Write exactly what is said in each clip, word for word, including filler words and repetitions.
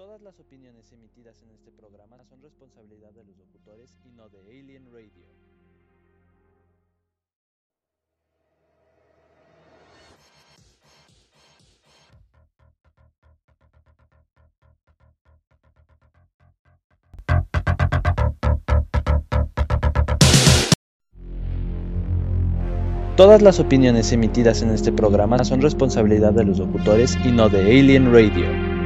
Todas las opiniones emitidas en este programa son responsabilidad de los locutores y no de Alien Radio. Todas las opiniones emitidas en este programa son responsabilidad de los locutores y no de Alien Radio.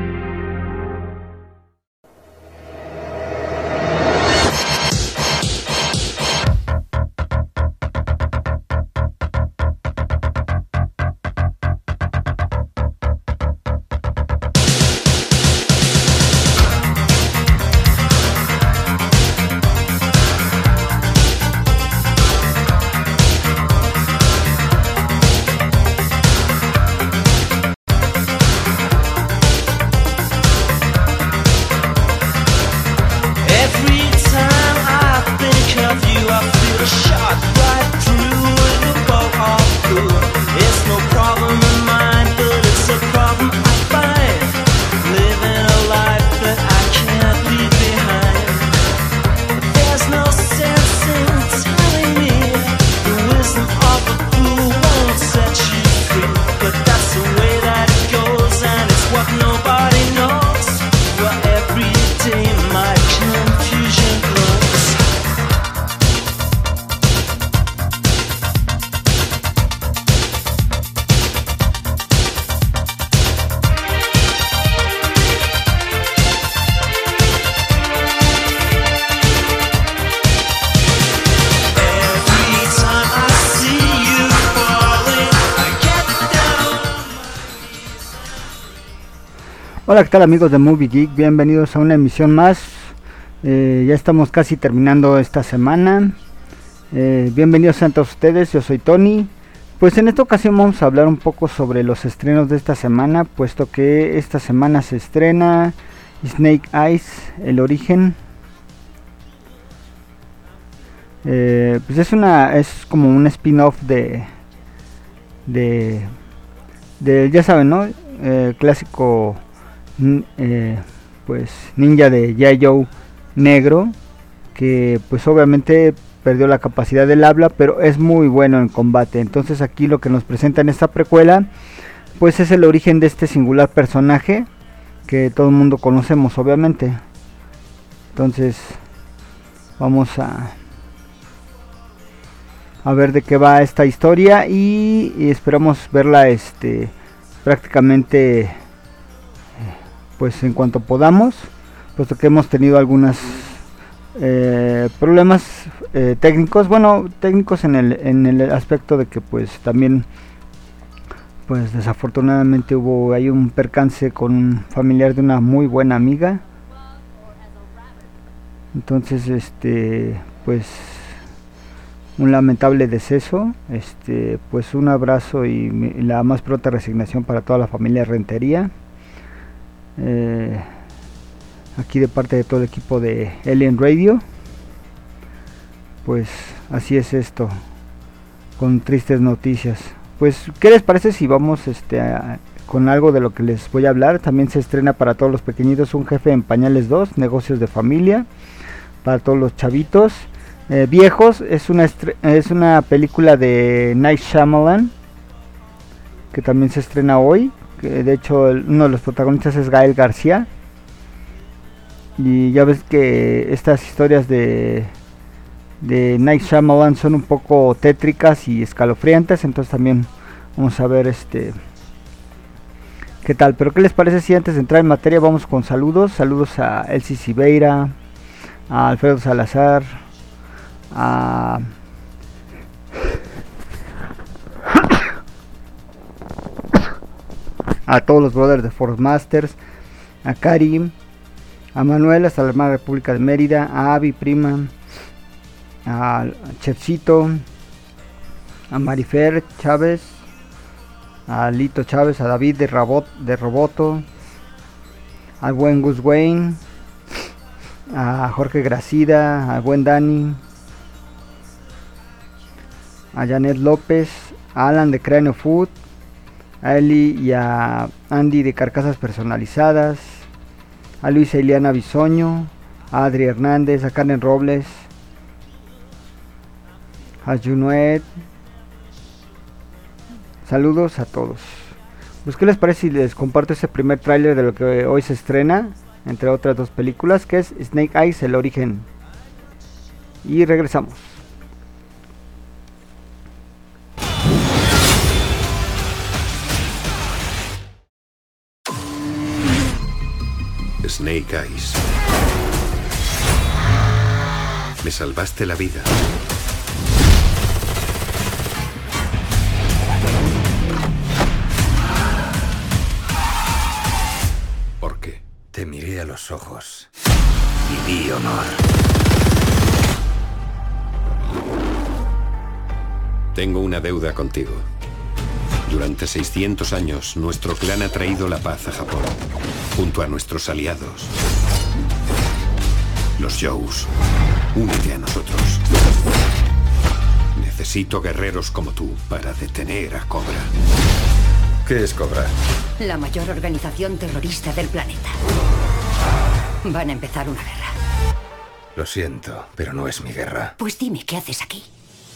Hola, ¿qué tal amigos de Movie Geek? Bienvenidos a una emisión más. Eh, ya estamos casi terminando esta semana. Eh, bienvenidos a todos ustedes, yo soy Tony. Pues en esta ocasión vamos a hablar un poco sobre los estrenos de esta semana, puesto que esta semana se estrena Snake Eyes, El Origen. Eh, pues es una, es como un spin-off de, de, de, ya saben, ¿no? Eh, clásico. Eh, pues ninja de G I. Joe negro, que pues obviamente perdió la capacidad del habla, pero es muy bueno en combate. Entonces aquí lo que nos presenta en esta precuela pues es el origen de este singular personaje que todo el mundo conocemos, obviamente. Entonces vamos a a ver de qué va esta historia y, y esperamos verla este prácticamente pues en cuanto podamos, puesto que hemos tenido algunos eh, problemas eh, técnicos, bueno, técnicos en el en el aspecto de que pues también pues desafortunadamente hubo ahí un percance con un familiar de una muy buena amiga. Entonces este pues un lamentable deceso, este pues un abrazo y, y la más pronta resignación para toda la familia Rentería. Eh, aquí de parte de todo el equipo de Alien Radio. Pues así es esto, con tristes noticias. Pues ¿qué les parece si vamos este a, con algo de lo que les voy a hablar? También se estrena para todos los pequeñitos Un Jefe en Pañales dos, Negocios de Familia, para todos los chavitos eh, viejos. Es una es una película de Night Shyamalan que también se estrena hoy. De hecho el, uno de los protagonistas es Gael García, y ya ves que estas historias de de Night Shyamalan son un poco tétricas y escalofriantes, entonces también vamos a ver este qué tal. Pero qué les parece si antes de entrar en materia vamos con saludos. Saludos a Elsie Siveira, a Alfredo Salazar, a a todos los brothers de Force Masters, a Karim, a Manuel hasta la hermana República de Mérida, a Avi Prima, a Chefcito, a Marifer Chávez, a Lito Chávez, a David de, Rabot, de Roboto, al buen Gus Wayne, a Jorge Gracida, al buen Dani, a Janet López, a Alan de Cráneo Food, a Eli y a Andy de Carcasas Personalizadas, a Luisa Ileana Bisoño, a Adri Hernández, a Karen Robles, a Junuet. Saludos a todos. Pues qué les parece si les comparto este primer tráiler de lo que hoy se estrena, entre otras dos películas, que es Snake Eyes, el origen. Y regresamos. Snake Eyes. Me salvaste la vida. ¿Por qué? Te miré a los ojos y vi honor. Tengo una deuda contigo. Durante seiscientos años, nuestro clan ha traído la paz a Japón, junto a nuestros aliados. Los Joes, únete a nosotros. Necesito guerreros como tú para detener a Cobra. ¿Qué es Cobra? La mayor organización terrorista del planeta. Van a empezar una guerra. Lo siento, pero no es mi guerra. Pues dime, ¿qué haces aquí?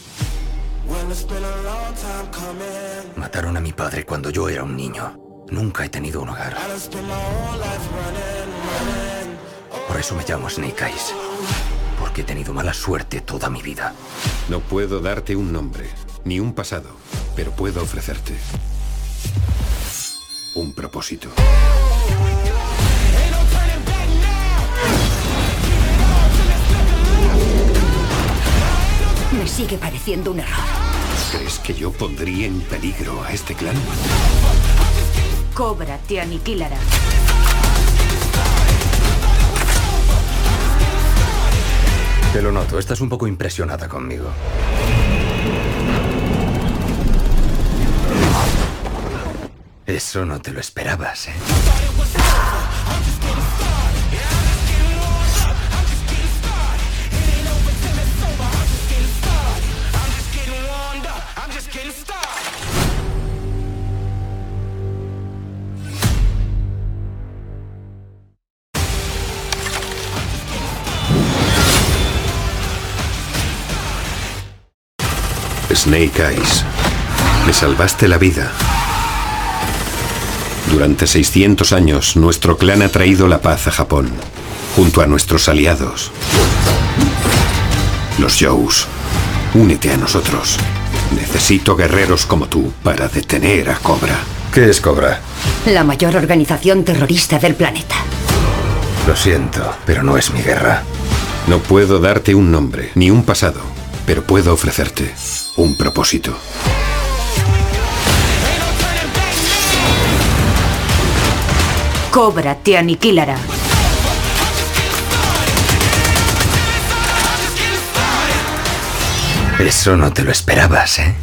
Mataron a mi padre cuando yo era un niño. Nunca he tenido un hogar. Por eso me llamo Snake Eyes. Porque he tenido mala suerte toda mi vida. No puedo darte un nombre, ni un pasado, pero puedo ofrecerte un propósito. Me sigue pareciendo un error. ¿Crees que yo pondría en peligro a este clan? Cobra te aniquilará. Te lo noto, estás un poco impresionada conmigo. Eso no te lo esperabas, ¿eh? Snake Eyes, me salvaste la vida. Durante seiscientos años, nuestro clan ha traído la paz a Japón, junto a nuestros aliados. Los Joes, únete a nosotros. Necesito guerreros como tú para detener a Cobra. ¿Qué es Cobra? La mayor organización terrorista del planeta. Lo siento, pero no es mi guerra. No puedo darte un nombre, ni un pasado, pero puedo ofrecerte un propósito. Cobra te aniquilará. Eso no te lo esperabas, ¿eh?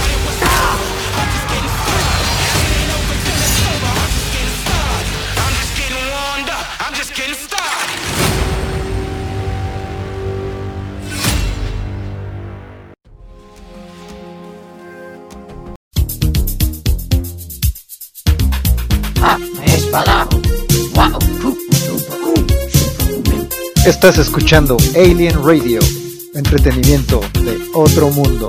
Estás escuchando Alien Radio, entretenimiento de otro mundo.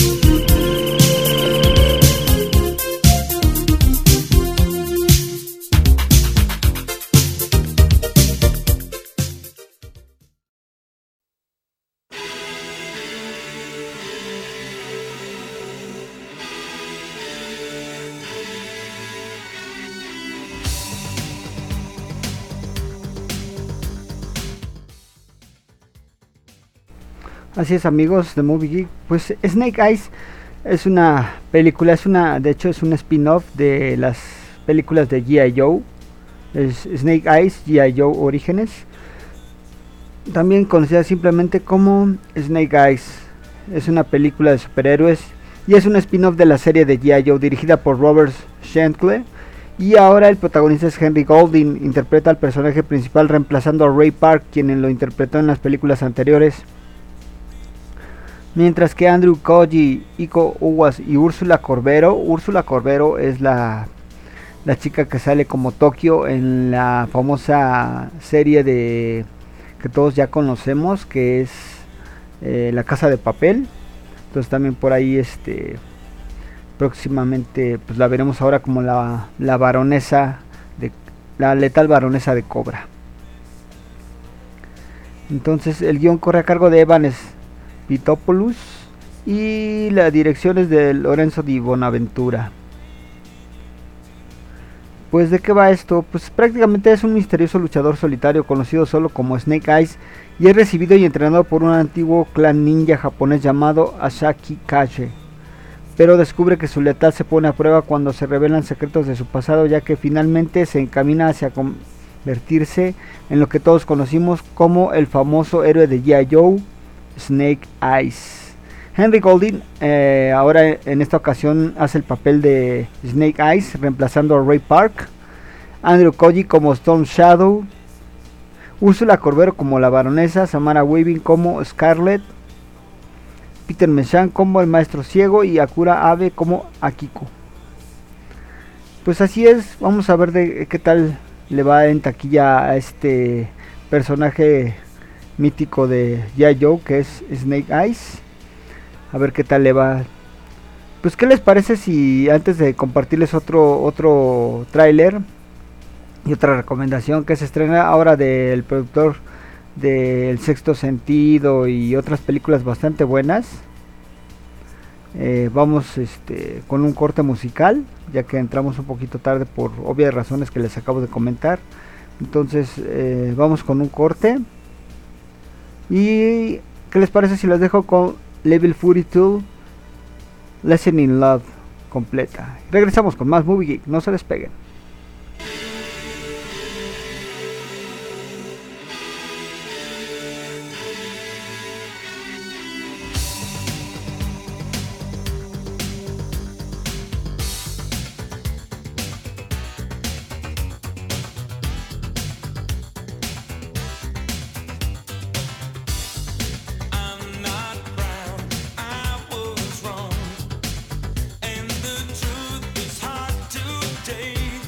Así es, amigos de Movie Geek. Pues Snake Eyes es una película, es una, de hecho es un spin-off de las películas de G I. Joe. Es Snake Eyes, G I. Joe Orígenes, también conocida simplemente como Snake Eyes. Es una película de superhéroes y es un spin-off de la serie de G I. Joe dirigida por Robert Schenckler. Y ahora el protagonista es Henry Golding, interpreta al personaje principal reemplazando a Ray Park, quien lo interpretó en las películas anteriores. Mientras que Andrew Koji, Iko Uwais y Úrsula Corbero, Úrsula Corbero es la, la chica que sale como Tokio en la famosa serie de que todos ya conocemos, que es eh, La Casa de Papel. Entonces también por ahí este próximamente pues la veremos ahora como la, la baronesa de la letal baronesa de Cobra. Entonces el guión corre a cargo de Evan Spitopoulos y la dirección es de Lorenzo Di Bonaventura. Pues ¿de qué va esto? Pues prácticamente es un misterioso luchador solitario conocido solo como Snake Eyes y es recibido y entrenado por un antiguo clan ninja japonés llamado Asaki Kage, pero descubre que su lealtad se pone a prueba cuando se revelan secretos de su pasado, ya que finalmente se encamina hacia convertirse en lo que todos conocimos como el famoso héroe de G I Joe, Snake Eyes. Henry Golding eh, ahora en esta ocasión hace el papel de Snake Eyes, reemplazando a Ray Park. Andrew Koji como Storm Shadow, Úrsula Corbero como la baronesa, Samara Weaving como Scarlet, Peter Mechan como el maestro ciego y Akira Abe como Akiko. Pues así es, vamos a ver de qué tal le va en taquilla a este personaje mítico de G I Joe, que es Snake Eyes. A ver qué tal le va. Pues qué les parece si antes de compartirles otro otro tráiler y otra recomendación que se estrena ahora del productor del Sexto Sentido y otras películas bastante buenas, eh, vamos este con un corte musical, ya que entramos un poquito tarde por obvias razones que les acabo de comentar. Entonces eh, vamos con un corte. Y qué les parece si los dejo con Level cuarenta y dos, Lesson in Love completa. Regresamos con más Movie Geek, no se despeguen. Day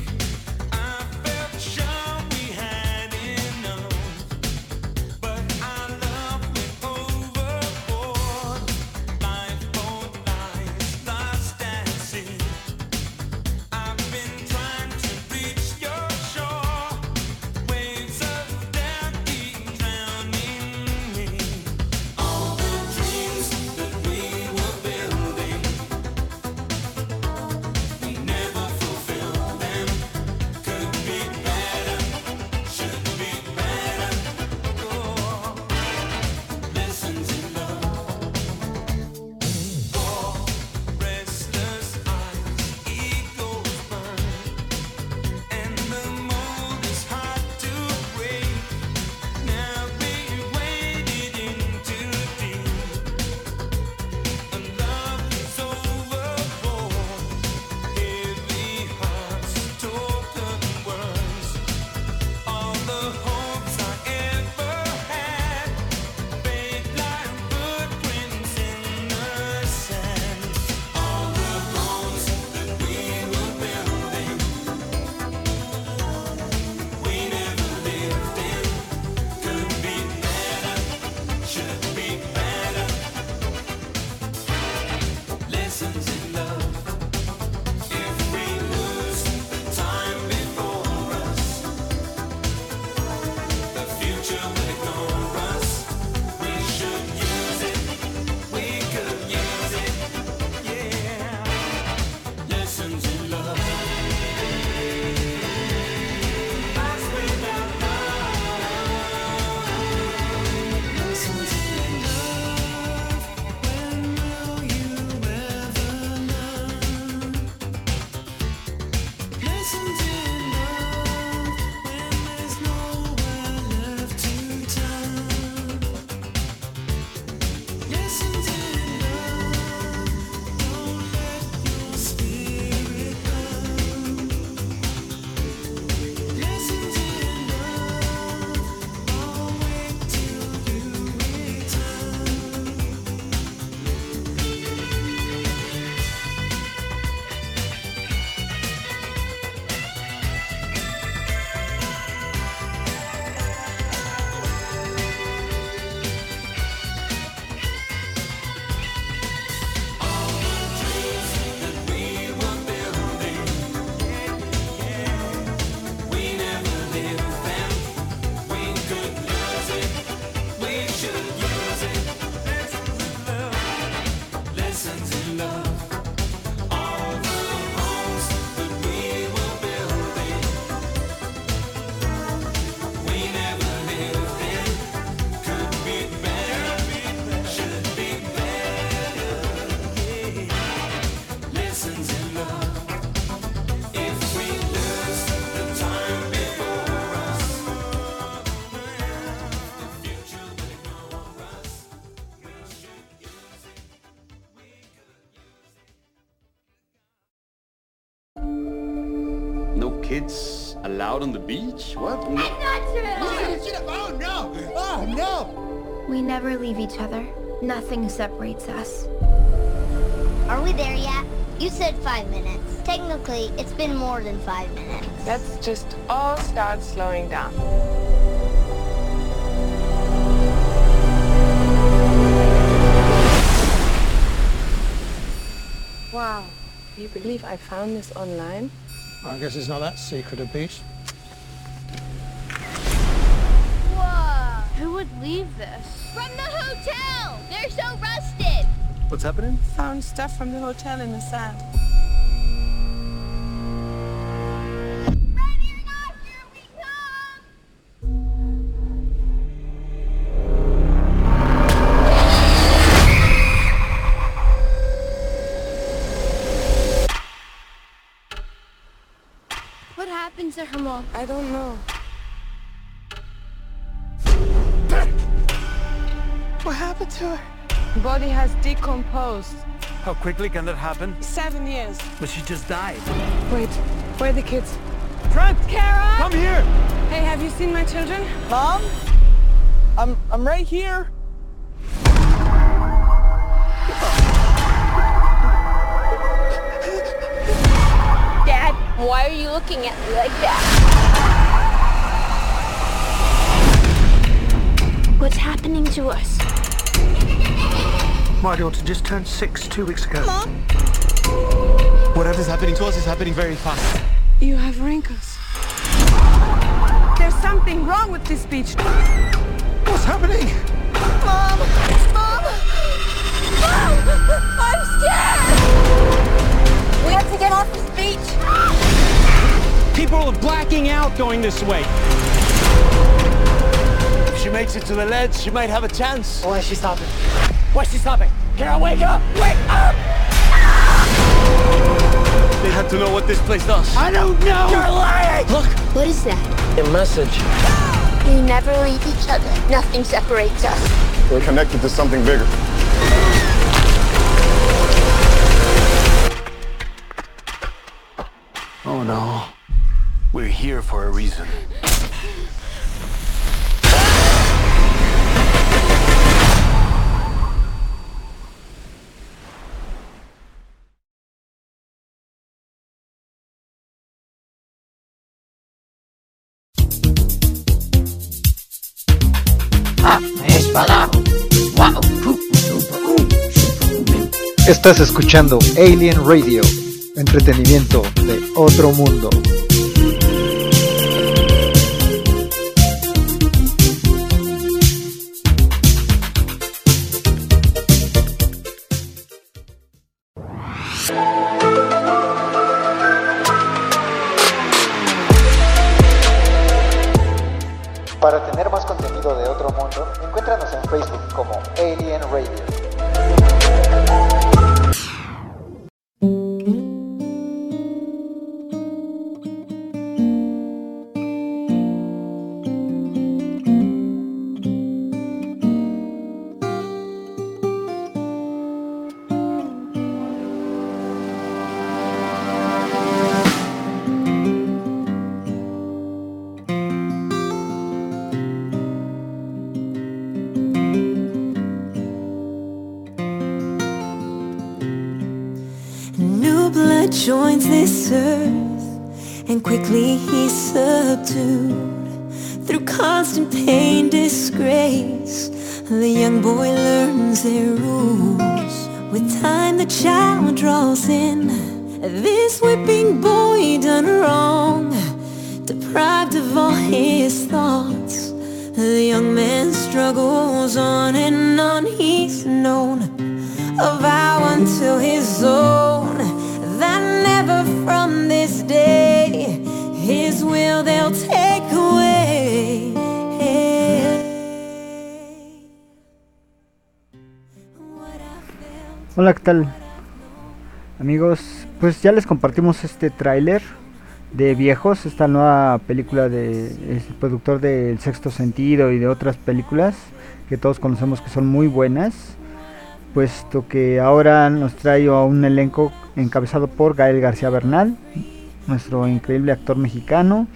kids allowed on the beach? What? No. Oh no! Oh no! We never leave each other. Nothing separates us. Are we there yet? You said five minutes. Technically, it's been more than five minutes. Let's just all start slowing down. Wow. Do you believe I found this online? I guess it's not that secret a beach. Whoa! Who would leave this? From the hotel! They're so rusted! What's happening? Found stuff from the hotel in the sand. Ready or not, here we come! What happened to her, Mom? I don't know. What happened to her? The body has decomposed. How quickly can that happen? Seven years. But she just died. Wait, where are the kids? Trent! Kara! Come here! Hey, have you seen my children? Mom? I'm I'm right here. Dad, why are you looking at me like that? What's happening to us? My daughter just turned six two weeks ago. Mom? Whatever's happening to us is happening very fast. You have wrinkles. There's something wrong with this beach. What's happening? Mom! Mom! Mom! I'm scared! We have to get off this beach! People are blacking out going this way. If she makes it to the ledge, she might have a chance. Why is she stopping? Why's she stopping? Kara, wake up! Wake up! They had to know what this place does. I don't know! You're lying! Look! What is that? A message. We never leave each other. Nothing separates us. We're connected to something bigger. Oh no. We're here for a reason. Estás escuchando Alien Radio, entretenimiento de otro mundo. Para tener más contenido de otro mundo, encuéntranos en Facebook como Alien Radio. Joins this earth, and quickly he's subdued. Through constant pain, disgrace, the young boy learns their rules. With time the child draws in, this whipping boy done wrong. Deprived of all his thoughts, the young man struggles on and on. He's known a vow until his own, that never from this day his will they'll take away. Hola, ¿qué tal? Amigos, pues ya les compartimos este tráiler de Viejos, esta nueva película de el productor de El Sexto Sentido y de otras películas que todos conocemos que son muy buenas, puesto que ahora nos trae a un elenco encabezado por Gael García Bernal, nuestro increíble actor mexicano,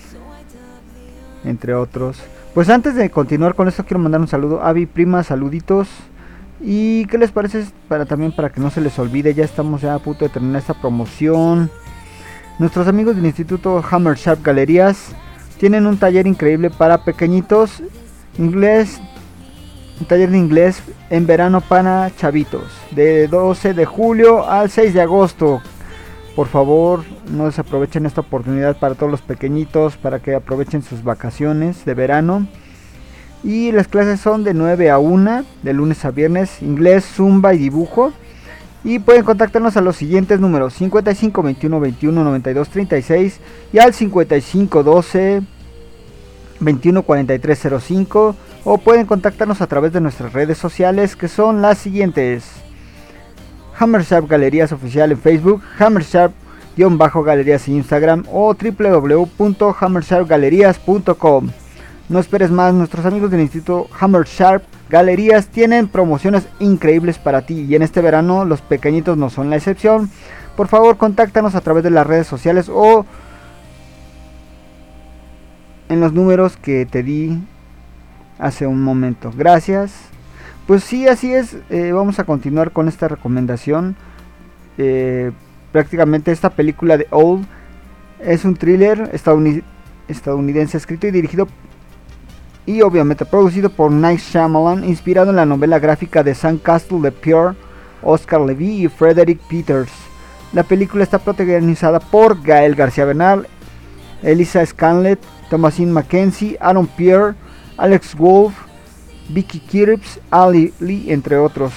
entre otros. Pues antes de continuar con esto, quiero mandar un saludo a Avi, prima, saluditos. Y qué les parece para también para que no se les olvide, ya estamos ya a punto de terminar esta promoción. Nuestros amigos del Instituto Hammer Sharp Galerías tienen un taller increíble para pequeñitos, inglés, un taller de inglés en verano para chavitos, de doce de julio al seis de agosto. Por favor, no desaprovechen esta oportunidad para todos los pequeñitos, para que aprovechen sus vacaciones de verano. Y las clases son de nueve a una, de lunes a viernes, inglés, zumba y dibujo. Y pueden contactarnos a los siguientes números: cincuenta y cinco, veintiuno, veintiuno, noventa y dos, treinta y seis y al cincuenta y cinco, doce, veintiuno, cuarenta y tres, cero cinco. O pueden contactarnos a través de nuestras redes sociales, que son las siguientes: Hammer Sharp Galerías Oficial en Facebook, Hammer Sharp-Galerías en Instagram o w w w punto hammer sharp galerías punto com. No esperes más, nuestros amigos del Instituto Hammer Sharp Galerías tienen promociones increíbles para ti, y en este verano los pequeñitos no son la excepción. Por favor, contáctanos a través de las redes sociales o en los números que te di hace un momento. Gracias. Pues sí, así es. Eh, vamos a continuar con esta recomendación. Eh, prácticamente esta película de Old es un thriller estadounid- estadounidense escrito y dirigido y obviamente producido por Night Shyamalan, inspirado en la novela gráfica de Sandcastle de Pierre Oscar Levy y Frederick Peters. La película está protagonizada por Gael García Bernal, Elisa Scanlett, Thomasin McKenzie, Aaron Pierre, Alex Wolff, Vicky Krieps, Ali Lee, entre otros.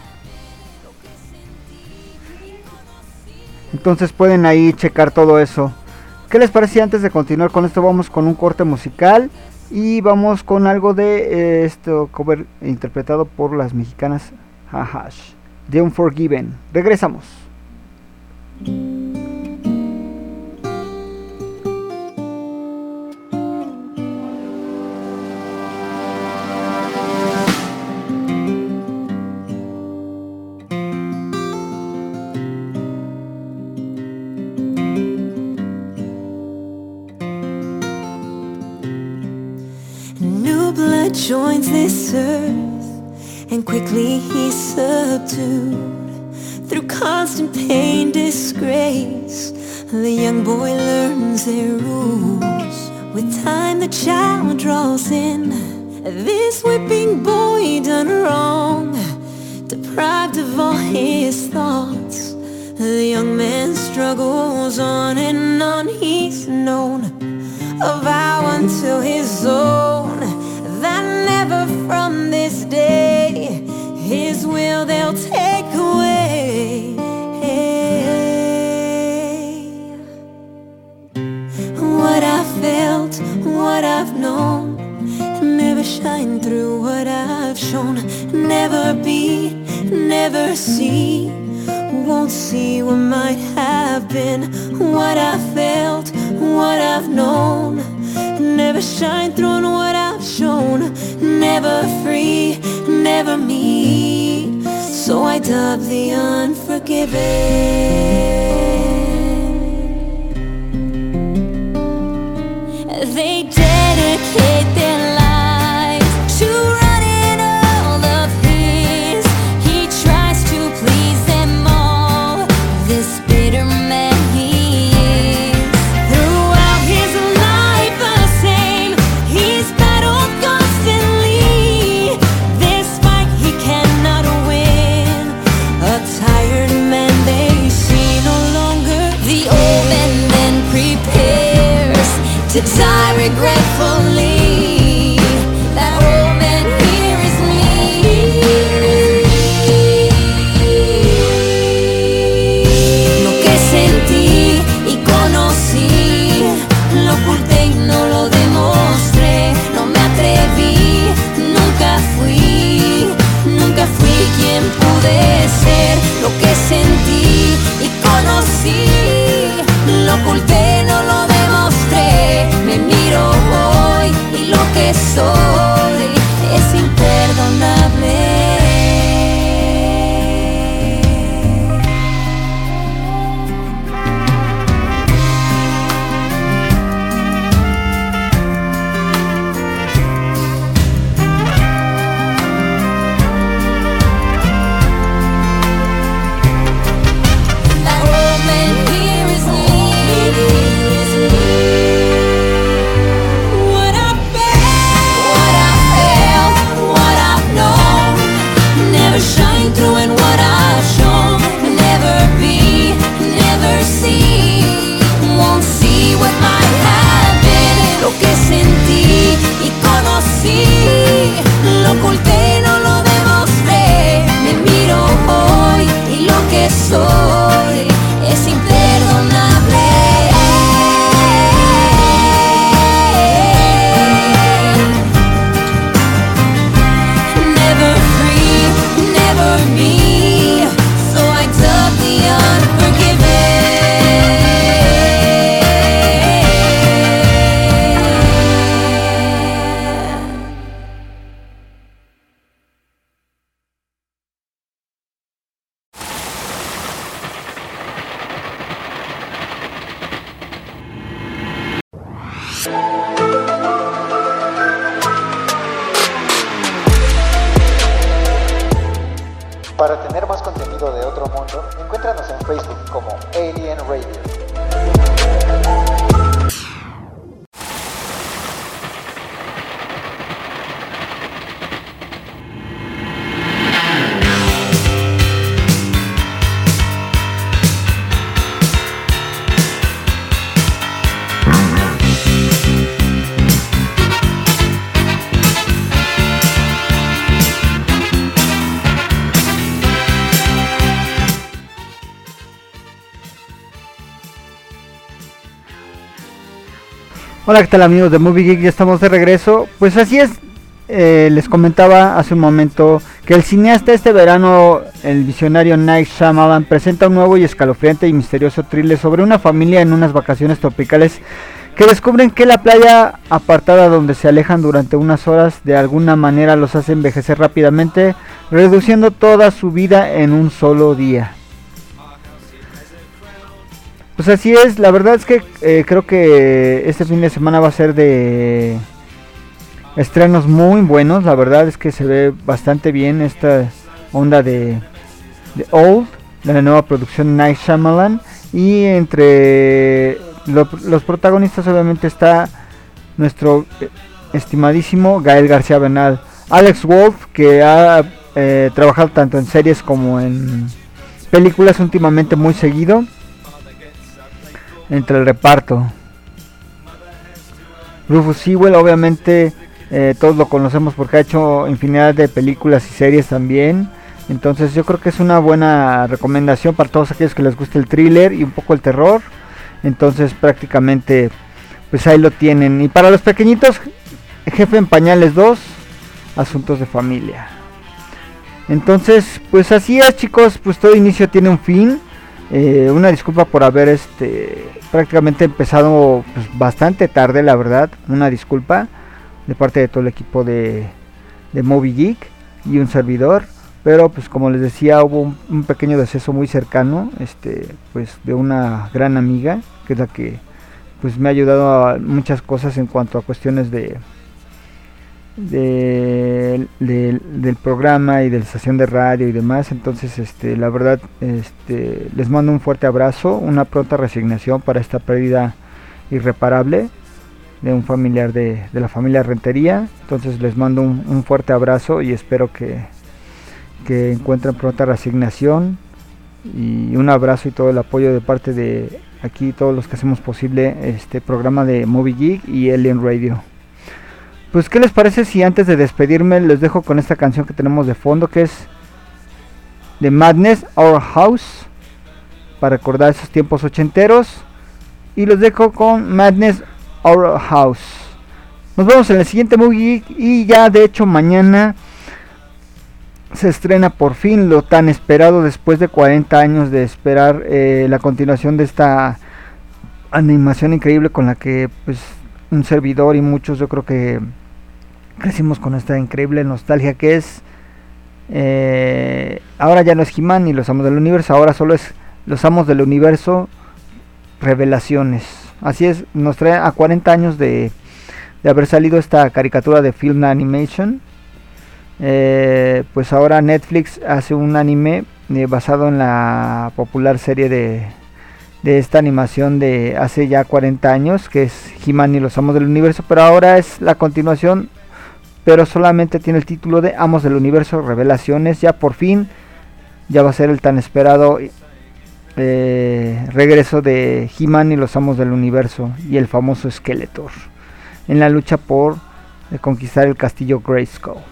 Entonces pueden ahí checar todo eso. ¿Qué les parece? Antes de continuar con esto, vamos con un corte musical y vamos con algo de eh, esto cover interpretado por las mexicanas Hahash, The Unforgiven. Regresamos. Joins this earth, and quickly he's subdued. Through constant pain, disgrace, the young boy learns their rules. With time the child draws in, this whipping boy done wrong, deprived of all his thoughts. The young man struggles on and on, he's known a vow until his own, that never from this day his will they'll take away. What I felt, what I've known, never shine through what I've shown. Never be, never see, won't see what might have been. What I felt, what I've known, never shine through what I've shown. Never free, never me, so I dub the unforgiven. They dedicate their lives to running all of his. He tries to please them all, this bitter man he is. Throughout his life the same, he's battled constantly. This fight he cannot win. A tired man they see, no longer Para tener más contenido de otro mundo, encuéntranos en Facebook como Alien Radio. Hola, ¿qué tal amigos de Movie Geek? Ya estamos de regreso. Pues así es, eh, les comentaba hace un momento que el cineasta este verano, el visionario Night Shyamalan, presenta un nuevo y escalofriante y misterioso thriller sobre una familia en unas vacaciones tropicales que descubren que la playa apartada donde se alejan durante unas horas de alguna manera los hace envejecer rápidamente, reduciendo toda su vida en un solo día. Pues así es, la verdad es que eh, creo que este fin de semana va a ser de estrenos muy buenos. La verdad es que se ve bastante bien esta onda de, de Old, la nueva producción Night Shyamalan. Y entre lo, los protagonistas obviamente está nuestro estimadísimo Gael García Bernal, Alex Wolff, que ha eh, trabajado tanto en series como en películas últimamente muy seguido. Entre el reparto, Rufus Sewell, obviamente eh, todos lo conocemos porque ha hecho infinidad de películas y series también. Entonces yo creo que es una buena recomendación para todos aquellos que les guste el thriller y un poco el terror. Entonces prácticamente pues ahí lo tienen. Y para los pequeñitos, Jefe en Pañales dos, Asuntos de Familia. Entonces pues así es, chicos, pues todo inicio tiene un fin. Eh, una disculpa por haber este prácticamente empezado pues, bastante tarde, la verdad. Una disculpa de parte de todo el equipo de, de Movie Geek y un servidor. Pero pues como les decía, hubo un, un pequeño deceso muy cercano, este pues de una gran amiga, que es la que pues me ha ayudado a muchas cosas en cuanto a cuestiones de De, de, del programa y de la estación de radio y demás. Entonces este la verdad este les mando un fuerte abrazo, una pronta resignación para esta pérdida irreparable de un familiar de, de la familia Rentería. Entonces les mando un, un fuerte abrazo y espero que, que encuentren pronta resignación y un abrazo y todo el apoyo de parte de aquí todos los que hacemos posible este programa de Movie Geek y Alien Radio. Pues qué les parece si antes de despedirme les dejo con esta canción que tenemos de fondo, que es The Madness Our House, para recordar esos tiempos ochenteros, y los dejo con Madness Our House. Nos vemos en el siguiente Movie Geek y ya de hecho mañana se estrena por fin lo tan esperado después de cuarenta años de esperar eh, la continuación de esta animación increíble con la que pues un servidor y muchos yo creo que crecimos con esta increíble nostalgia que es eh, ahora ya no es He-Man ni los Amos del Universo, ahora solo es los Amos del Universo Revelaciones. Así es, nos trae a cuarenta años de, de haber salido esta caricatura de Film Animation. Eh, pues ahora Netflix hace un anime eh, basado en la popular serie de de esta animación de hace ya cuarenta años, que es He-Man y los Amos del Universo, pero ahora es la continuación, pero solamente tiene el título de Amos del Universo Revelaciones. Ya por fin, ya va a ser el tan esperado eh, regreso de He-Man y los Amos del Universo y el famoso Skeletor en la lucha por eh, conquistar el castillo Grayskull.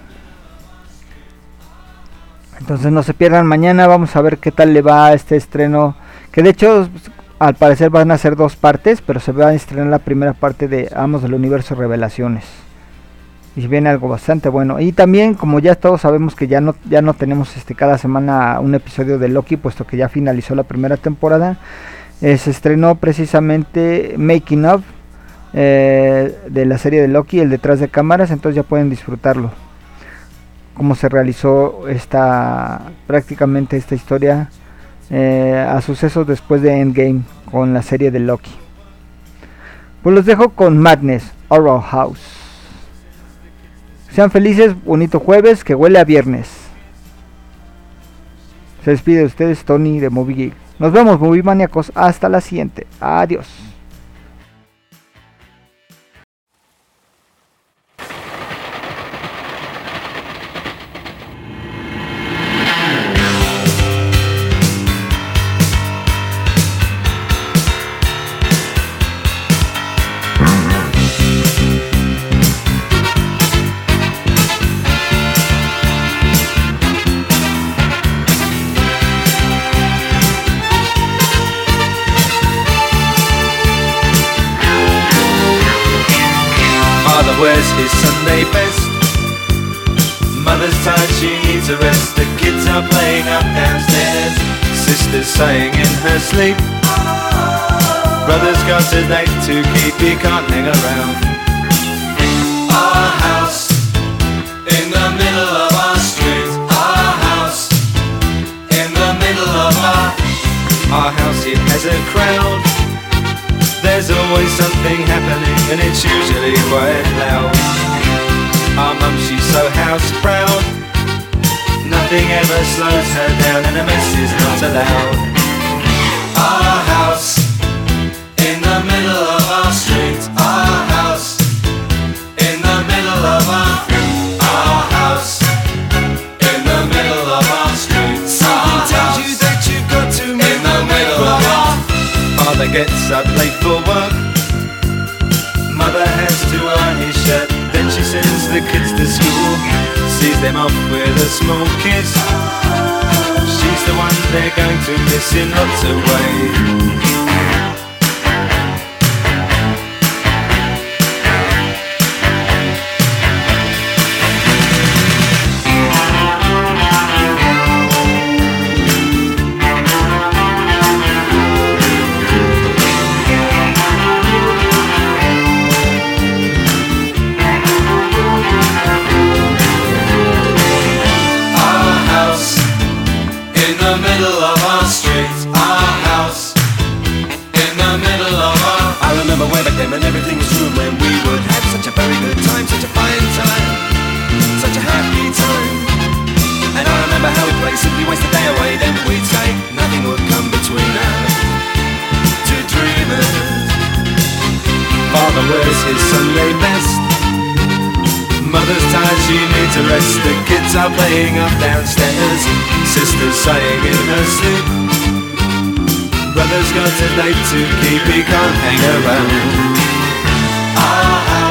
Entonces no se pierdan mañana, vamos a ver qué tal le va a este estreno, que de hecho al parecer van a ser dos partes, pero se va a estrenar la primera parte de Amos del Universo Revelaciones y viene algo bastante bueno. Y también, como ya todos sabemos que ya no ya no tenemos este cada semana un episodio de Loki, puesto que ya finalizó la primera temporada, eh, se estrenó precisamente Making of eh, de la serie de Loki, el detrás de cámaras, entonces ya pueden disfrutarlo, cómo se realizó esta prácticamente esta historia eh, a sucesos después de Endgame con la serie de Loki. Pues los dejo con Madness, Horror House. Sean felices, bonito jueves, que huele a viernes. Se despide de ustedes Tony de Movie Geek. Nos vemos, Movie Maníacos, hasta la siguiente. Adiós. Where's his Sunday best? Mother's tired, she needs a rest. The kids are playing up downstairs. Sister's sighing in her sleep. Brother's got a date to keep, he can't hang around. Our house in the middle of our street. Our house in the middle of our Our house, it has a crowd. There's always something happening and it's usually quite loud. Our mum, she's so house proud. Nothing ever slows her down and a mess is not allowed. Our house in the middle of our street. Our house in the middle of our Our house in the middle of our street. Something tells you that you've got to move in the middle of our Father gets up late for work. Mother has to iron his shirt. Then she sends the kids to school, sees them off with a small kiss. She's the one they're going to miss in lots of ways. And everything was true when we would have such a very good time, such a fine time, such a happy time. And I remember how we'd play, simply waste the day away. Then we'd say nothing would come between us, two dreamers. Father wears his Sunday best. Mother's tired, she needs a rest. The kids are playing up downstairs. Sister's sighing in her sleep. Brother's got a date to keep, he can't hang around. Ah,